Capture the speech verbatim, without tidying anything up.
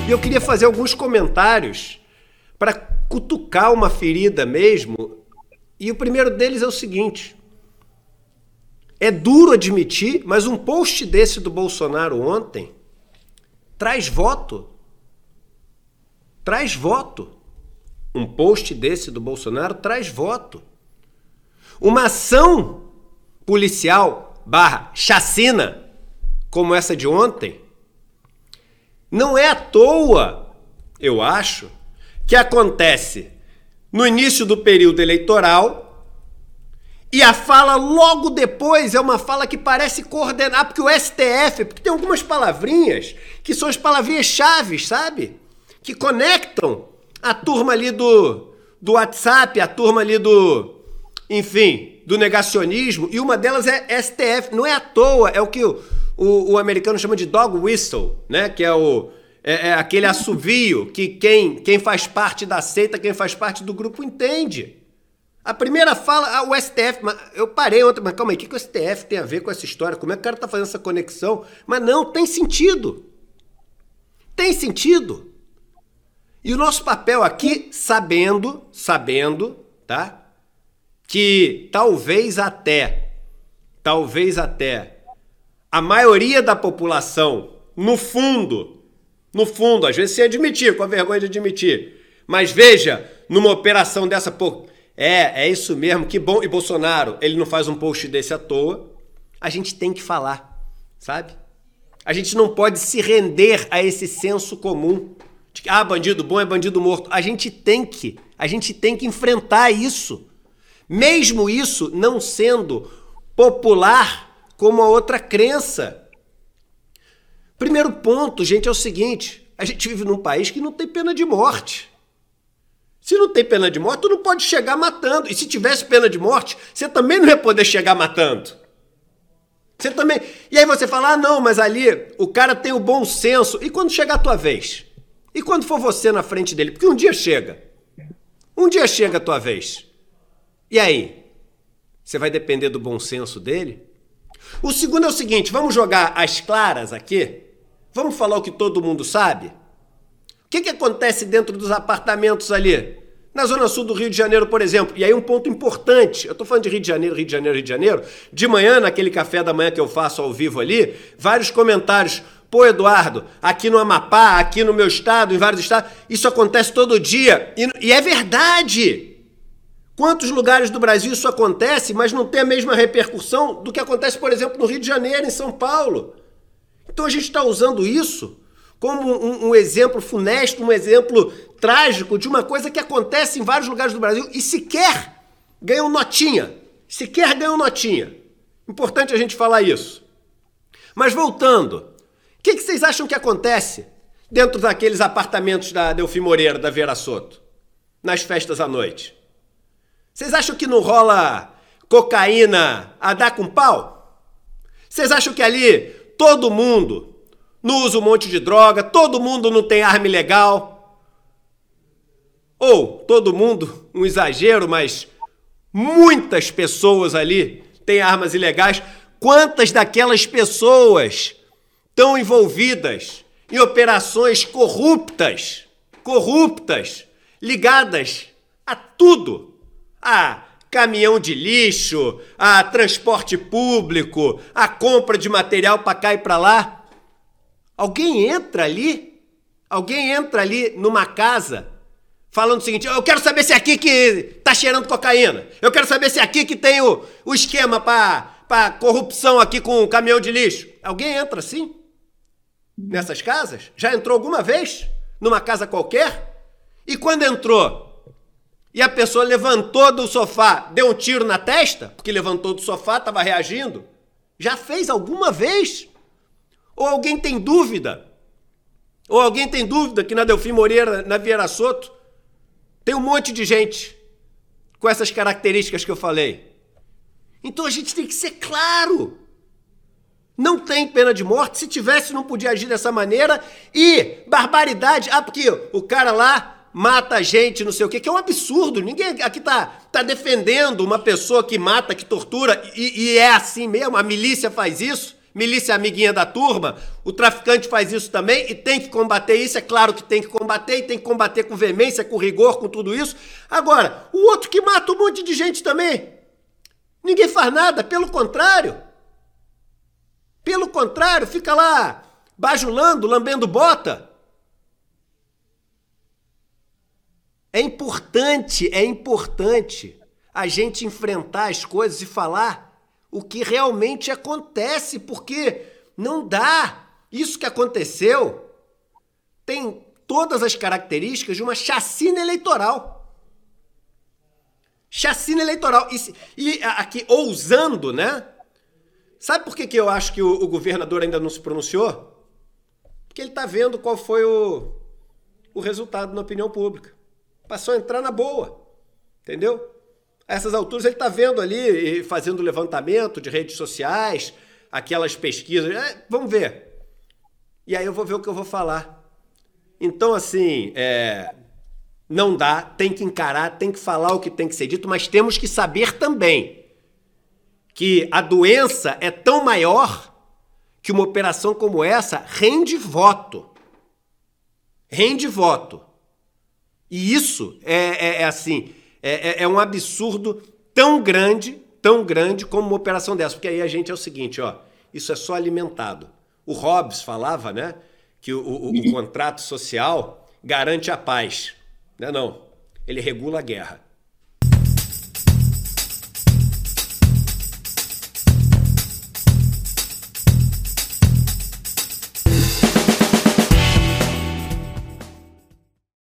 E eu queria fazer alguns comentários para cutucar uma ferida mesmo. E o primeiro deles é o seguinte: é duro admitir, mas um post desse do Bolsonaro ontem traz voto. Traz voto. Um post desse do Bolsonaro traz voto. Uma ação policial barra chacina como essa de ontem não é à toa, eu acho, que acontece no início do período eleitoral e a fala logo depois é uma fala que parece coordenar, porque o S T F, porque tem algumas palavrinhas que são as palavrinhas chaves, sabe? Que conectam a turma ali do, do WhatsApp, a turma ali do, enfim, do negacionismo, e uma delas é S T F. Não é à toa, é o que o, o, o americano chama de dog whistle, né? Que é, o, é, é aquele assovio que quem, quem faz parte da seita, quem faz parte do grupo entende. A primeira fala, ah, o S T F, eu parei ontem, mas calma aí, o que, que o S T F tem a ver com essa história? Como é que o cara tá fazendo essa conexão? Mas não, tem sentido. Tem sentido. E o nosso papel aqui, sabendo, sabendo, tá? Que talvez até, talvez até, a maioria da população, no fundo, no fundo, às vezes sem admitir, com a vergonha de admitir, mas veja, numa operação dessa, pô, é, é isso mesmo, que bom, e Bolsonaro, ele não faz um post desse à toa, a gente tem que falar, sabe? A gente não pode se render a esse senso comum. De que, ah, bandido bom é bandido morto. A gente tem que, a gente tem que enfrentar isso. Mesmo isso não sendo popular como a outra crença. Primeiro ponto, gente, é o seguinte: a gente vive num país que não tem pena de morte. Se não tem pena de morte, tu não pode chegar matando. E se tivesse pena de morte, você também não ia poder chegar matando. Você também. E aí você fala, ah, não, mas ali o cara tem o bom senso. E quando chegar a tua vez? E quando for você na frente dele? Porque um dia chega. Um dia chega a tua vez. E aí? Você vai depender do bom senso dele? O segundo é o seguinte, vamos jogar as claras aqui? Vamos falar o que todo mundo sabe? O que, que acontece dentro dos apartamentos ali? Na Zona Sul do Rio de Janeiro, por exemplo. E aí um ponto importante. Eu tô falando de Rio de Janeiro, Rio de Janeiro, Rio de Janeiro. De manhã, naquele café da manhã que eu faço ao vivo ali, vários comentários. Pô, Eduardo, aqui no Amapá, aqui no meu estado, em vários estados, isso acontece todo dia. E, e é verdade. Quantos lugares do Brasil isso acontece, mas não tem a mesma repercussão do que acontece, por exemplo, no Rio de Janeiro, em São Paulo. Então a gente está usando isso como um, um exemplo funesto, um exemplo trágico de uma coisa que acontece em vários lugares do Brasil e sequer ganham notinha. Sequer ganham notinha. Importante a gente falar isso. Mas voltando... O que, que vocês acham que acontece dentro daqueles apartamentos da Delfim Moreira, da Vera Soto, nas festas à noite? Vocês acham que não rola cocaína a dar com pau? Vocês acham que ali todo mundo não usa um monte de droga, todo mundo não tem arma ilegal? Ou todo mundo, um exagero, mas muitas pessoas ali têm armas ilegais? Quantas daquelas pessoas estão envolvidas em operações corruptas, corruptas, ligadas a tudo, a caminhão de lixo, a transporte público, a compra de material para cá e para lá? Alguém entra ali, alguém entra ali numa casa falando o seguinte, eu quero saber se é aqui que tá cheirando cocaína, eu quero saber se é aqui que tem o, o esquema para corrupção aqui com o caminhão de lixo. Alguém entra assim? Nessas casas? Já entrou alguma vez? Numa casa qualquer? E quando entrou e a pessoa levantou do sofá, deu um tiro na testa, porque levantou do sofá, estava reagindo, já fez alguma vez? Ou alguém tem dúvida? Ou alguém tem dúvida que na Delfim Moreira, na Vieira Soto, tem um monte de gente com essas características que eu falei? Então a gente tem que ser claro. Não tem pena de morte. Se tivesse, não podia agir dessa maneira. E barbaridade. Ah, porque o cara lá mata a gente, não sei o quê, que é um absurdo. Ninguém aqui tá, tá defendendo uma pessoa que mata, que tortura, e, e é assim mesmo. A milícia faz isso. milícia amiguinha da turma, o traficante faz isso também e tem que combater isso, é claro que tem que combater e tem que combater com veemência, com rigor, com tudo isso. Agora, o outro que mata um monte de gente também, ninguém faz nada, pelo contrário. Pelo contrário, fica lá bajulando, lambendo bota. É importante, é importante a gente enfrentar as coisas e falar o que realmente acontece, porque não dá. Isso que aconteceu tem todas as características de uma chacina eleitoral. Chacina eleitoral. E, e aqui, ousando, né? Sabe por que, que eu acho que o, o governador ainda não se pronunciou? Porque ele está vendo qual foi o, o resultado na opinião pública. Passou a entrar na boa, entendeu? A essas alturas ele está vendo ali, fazendo levantamento de redes sociais, aquelas pesquisas, é, vamos ver. E aí eu vou ver o que eu vou falar. Então, assim, é, não dá, tem que encarar, tem que falar o que tem que ser dito, mas temos que saber também que a doença é tão maior que uma operação como essa rende voto. Rende voto. E isso é, é, é assim, é, é um absurdo tão grande, tão grande como uma operação dessa. Porque aí a gente é o seguinte, ó, isso é só alimentado. O Hobbes falava, né, que o, o, o contrato social garante a paz. Não, não, ele regula a guerra.